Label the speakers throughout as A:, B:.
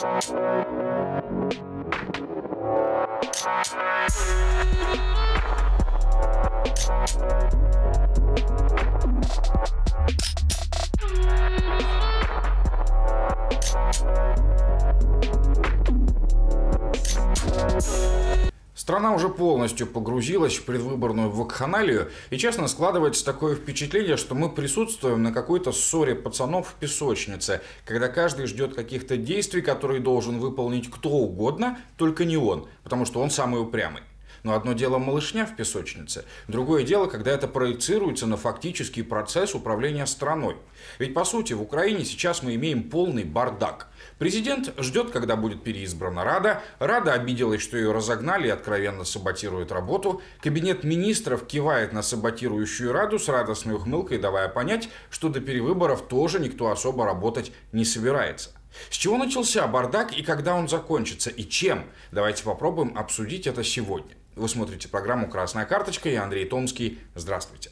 A: Страна уже полностью погрузилась в предвыборную вакханалию, и, честно, складывается такое впечатление, что мы присутствуем на какой-то ссоре пацанов в песочнице, когда каждый ждет каких-то действий, которые должен выполнить кто угодно, только не он, потому что он самый упрямый. Но одно дело малышня в песочнице, другое дело, когда это проецируется на фактический процесс управления страной. Ведь, по сути, в Украине сейчас мы имеем полный бардак. Президент ждет, когда будет переизбрана Рада. Рада обиделась, что ее разогнали и откровенно саботирует работу. Кабинет министров кивает на саботирующую Раду с радостной ухмылкой, давая понять, что до перевыборов тоже никто особо работать не собирается. С чего начался бардак и когда он закончится, и чем? Давайте попробуем обсудить это сегодня. Вы смотрите программу «Красная карточка», я Андрей Томский. Здравствуйте.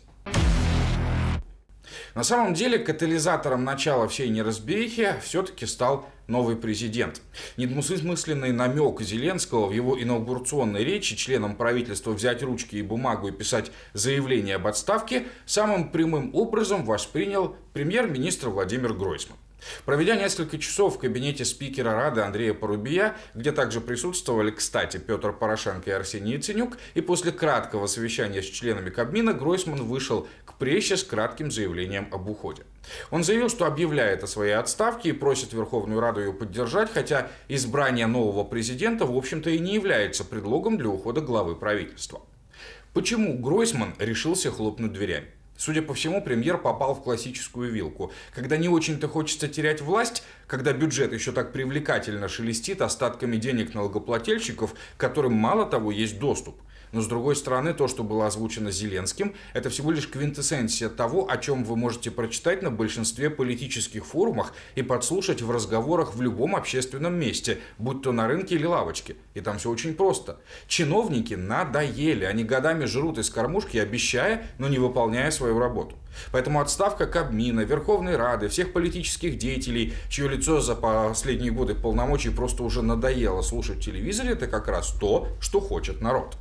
A: На самом деле катализатором начала всей неразберихи все-таки стал новый президент. Недвусмысленный намек Зеленского в его инаугурационной речи членам правительства взять ручки и бумагу и писать заявление об отставке самым прямым образом воспринял премьер-министр Владимир Гройсман. Проведя несколько часов в кабинете спикера Рады Андрея Парубия, где также присутствовали, кстати, Петр Порошенко и Арсений Яценюк, и после краткого совещания с членами Кабмина Гройсман вышел к прессе с кратким заявлением об уходе. Он заявил, что объявляет о своей отставке и просит Верховную Раду ее поддержать, хотя избрание нового президента, в общем-то, и не является предлогом для ухода главы правительства. Почему Гройсман решился хлопнуть дверями? Судя по всему, премьер попал в классическую вилку. Когда не очень-то хочется терять власть, когда бюджет еще так привлекательно шелестит остатками денег налогоплательщиков, к которым мало того есть доступ. Но с другой стороны, то, что было озвучено Зеленским, это всего лишь квинтэссенция того, о чем вы можете прочитать на большинстве политических форумах и подслушать в разговорах в любом общественном месте, будь то на рынке или лавочке. И там все очень просто. Чиновники надоели, они годами жрут из кормушки, обещая, но не выполняя свою работу. Поэтому отставка Кабмина, Верховной Рады, всех политических деятелей, чье лицо за последние годы полномочий просто уже надоело слушать в телевизоре, это как раз то, что хочет народ.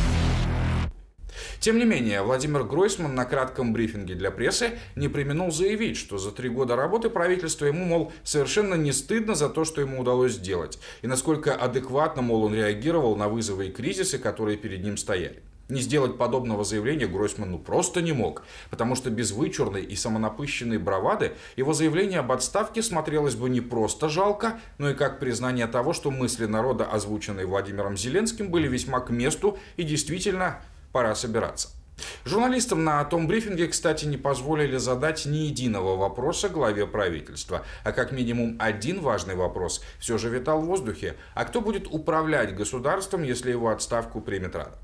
A: Тем не менее, Владимир Гройсман на кратком брифинге для прессы не преминул заявить, что за 3 года работы правительства ему, мол, совершенно не стыдно за то, что ему удалось сделать, и насколько адекватно, мол, он реагировал на вызовы и кризисы, которые перед ним стояли. Не сделать подобного заявления Гройсман просто не мог, потому что без вычурной и самонапыщенной бравады его заявление об отставке смотрелось бы не просто жалко, но и как признание того, что мысли народа, озвученные Владимиром Зеленским, были весьма к месту и действительно пора собираться. Журналистам на том брифинге, кстати, не позволили задать ни единого вопроса главе правительства, а как минимум один важный вопрос все же витал в воздухе: а кто будет управлять государством, если его отставку примет Рада?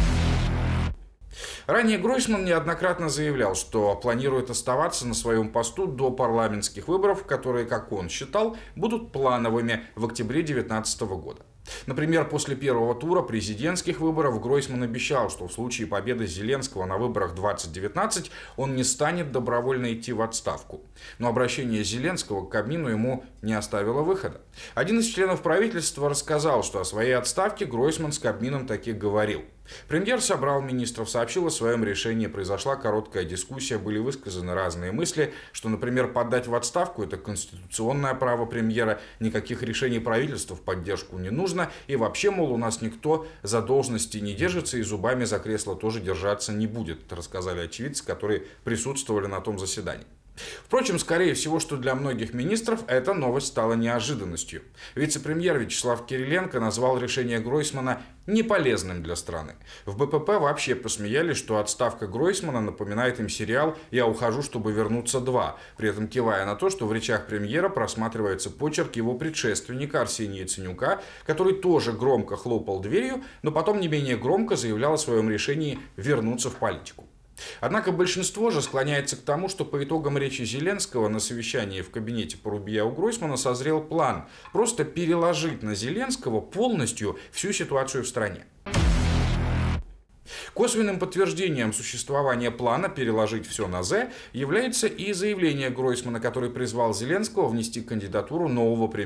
A: Ранее Гройсман неоднократно заявлял, что планирует оставаться на своем посту до парламентских выборов, которые, как он считал, будут плановыми в октябре 2019 года. Например, после первого тура президентских выборов Гройсман обещал, что в случае победы Зеленского на выборах 2019 он не станет добровольно идти в отставку. Но обращение Зеленского к Кабмину ему не оставило выхода. Один из членов правительства рассказал, что о своей отставке Гройсман с Кабмином таки говорил. Премьер собрал министров, сообщил о своем решении, произошла короткая дискуссия, были высказаны разные мысли, что, например, подать в отставку – это конституционное право премьера, никаких решений правительства в поддержку не нужно, и вообще, мол, у нас никто за должности не держится и зубами за кресло тоже держаться не будет, рассказали очевидцы, которые присутствовали на том заседании. Впрочем, скорее всего, что для многих министров эта новость стала неожиданностью. Вице-премьер Вячеслав Кириленко назвал решение Гройсмана неполезным для страны. В БПП вообще посмеялись, что отставка Гройсмана напоминает им сериал «Я ухожу, чтобы вернуться 2», при этом кивая на то, что в речах премьера просматривается почерк его предшественника Арсения Яценюка, который тоже громко хлопал дверью, но потом не менее громко заявлял о своем решении вернуться в политику. Однако большинство же склоняется к тому, что по итогам речи Зеленского на совещании в кабинете Парубия у Гройсмана созрел план просто переложить на Зеленского полностью всю ситуацию в стране. Косвенным подтверждением существования плана переложить все на «З» является и заявление Гройсмана, который призвал Зеленского внести кандидатуру нового премьера.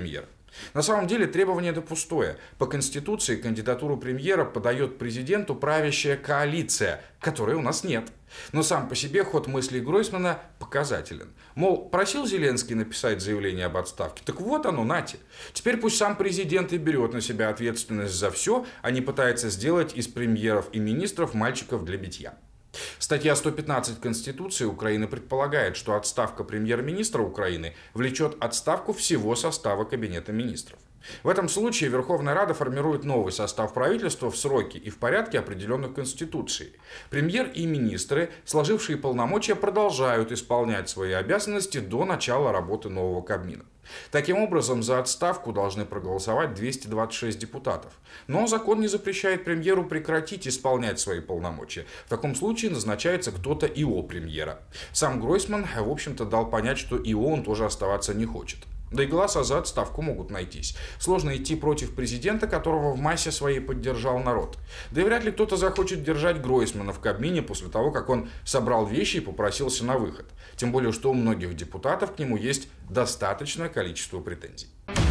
A: На самом деле требование это пустое. По Конституции кандидатуру премьера подает президенту правящая коалиция, которой у нас нет. Но сам по себе ход мыслей Гройсмана показателен. Мол, просил Зеленский написать заявление об отставке, так вот оно, нате. Теперь пусть сам президент и берет на себя ответственность за все, а не пытается сделать из премьеров и министров мальчиков для битья. Статья 115 Конституции Украины предполагает, что отставка премьер-министра Украины влечет отставку всего состава Кабинета министров. В этом случае Верховная Рада формирует новый состав правительства в сроки и в порядке, определенных Конституцией. Премьер и министры, сложившие полномочия, продолжают исполнять свои обязанности до начала работы нового Кабмина. Таким образом, за отставку должны проголосовать 226 депутатов. Но закон не запрещает премьеру прекратить исполнять свои полномочия. В таком случае назначается кто-то ИО премьера. Сам Гройсман, в общем-то, дал понять, что ИО он тоже оставаться не хочет. Да и голоса за отставку могут найтись. Сложно идти против президента, которого в массе своей поддержал народ. Да и вряд ли кто-то захочет держать Гройсмана в Кабмине после того, как он собрал вещи и попросился на выход. Тем более, что у многих депутатов к нему есть достаточное количество претензий.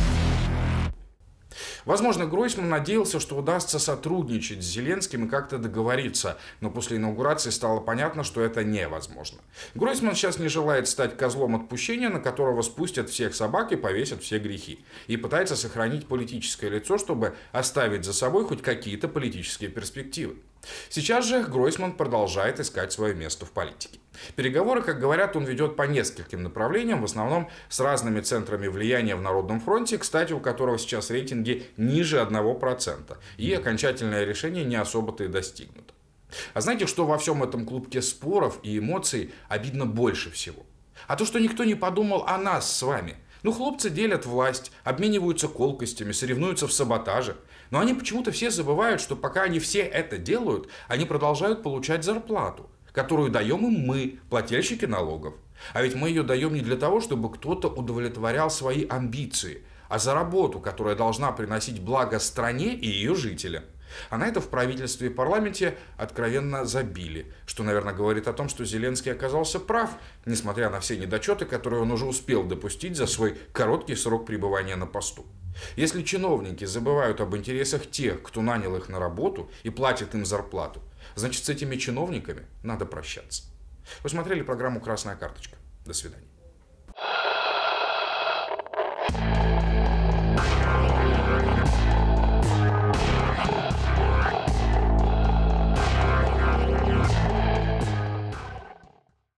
A: Возможно, Гройсман надеялся, что удастся сотрудничать с Зеленским и как-то договориться, но после инаугурации стало понятно, что это невозможно. Гройсман сейчас не желает стать козлом отпущения, на которого спустят всех собак и повесят все грехи, и пытается сохранить политическое лицо, чтобы оставить за собой хоть какие-то политические перспективы. Сейчас же Гройсман продолжает искать свое место в политике. Переговоры, как говорят, он ведет по нескольким направлениям, в основном с разными центрами влияния в Народном фронте, кстати, у которого сейчас рейтинги ниже 1%, и окончательное решение не особо-то и достигнуто. А знаете, что во всем этом клубке споров и эмоций обидно больше всего? А то, что никто не подумал о нас с вами. Хлопцы делят власть, обмениваются колкостями, соревнуются в саботаже. Но они почему-то все забывают, что пока они все это делают, они продолжают получать зарплату, которую даем им мы, плательщики налогов. А ведь мы ее даем не для того, чтобы кто-то удовлетворял свои амбиции, а за работу, которая должна приносить благо стране и ее жителям. А на это в правительстве и парламенте откровенно забили, что, наверное, говорит о том, что Зеленский оказался прав, несмотря на все недочеты, которые он уже успел допустить за свой короткий срок пребывания на посту. Если чиновники забывают об интересах тех, кто нанял их на работу и платит им зарплату, значит, с этими чиновниками надо прощаться. Вы смотрели программу «Красная карточка». До свидания.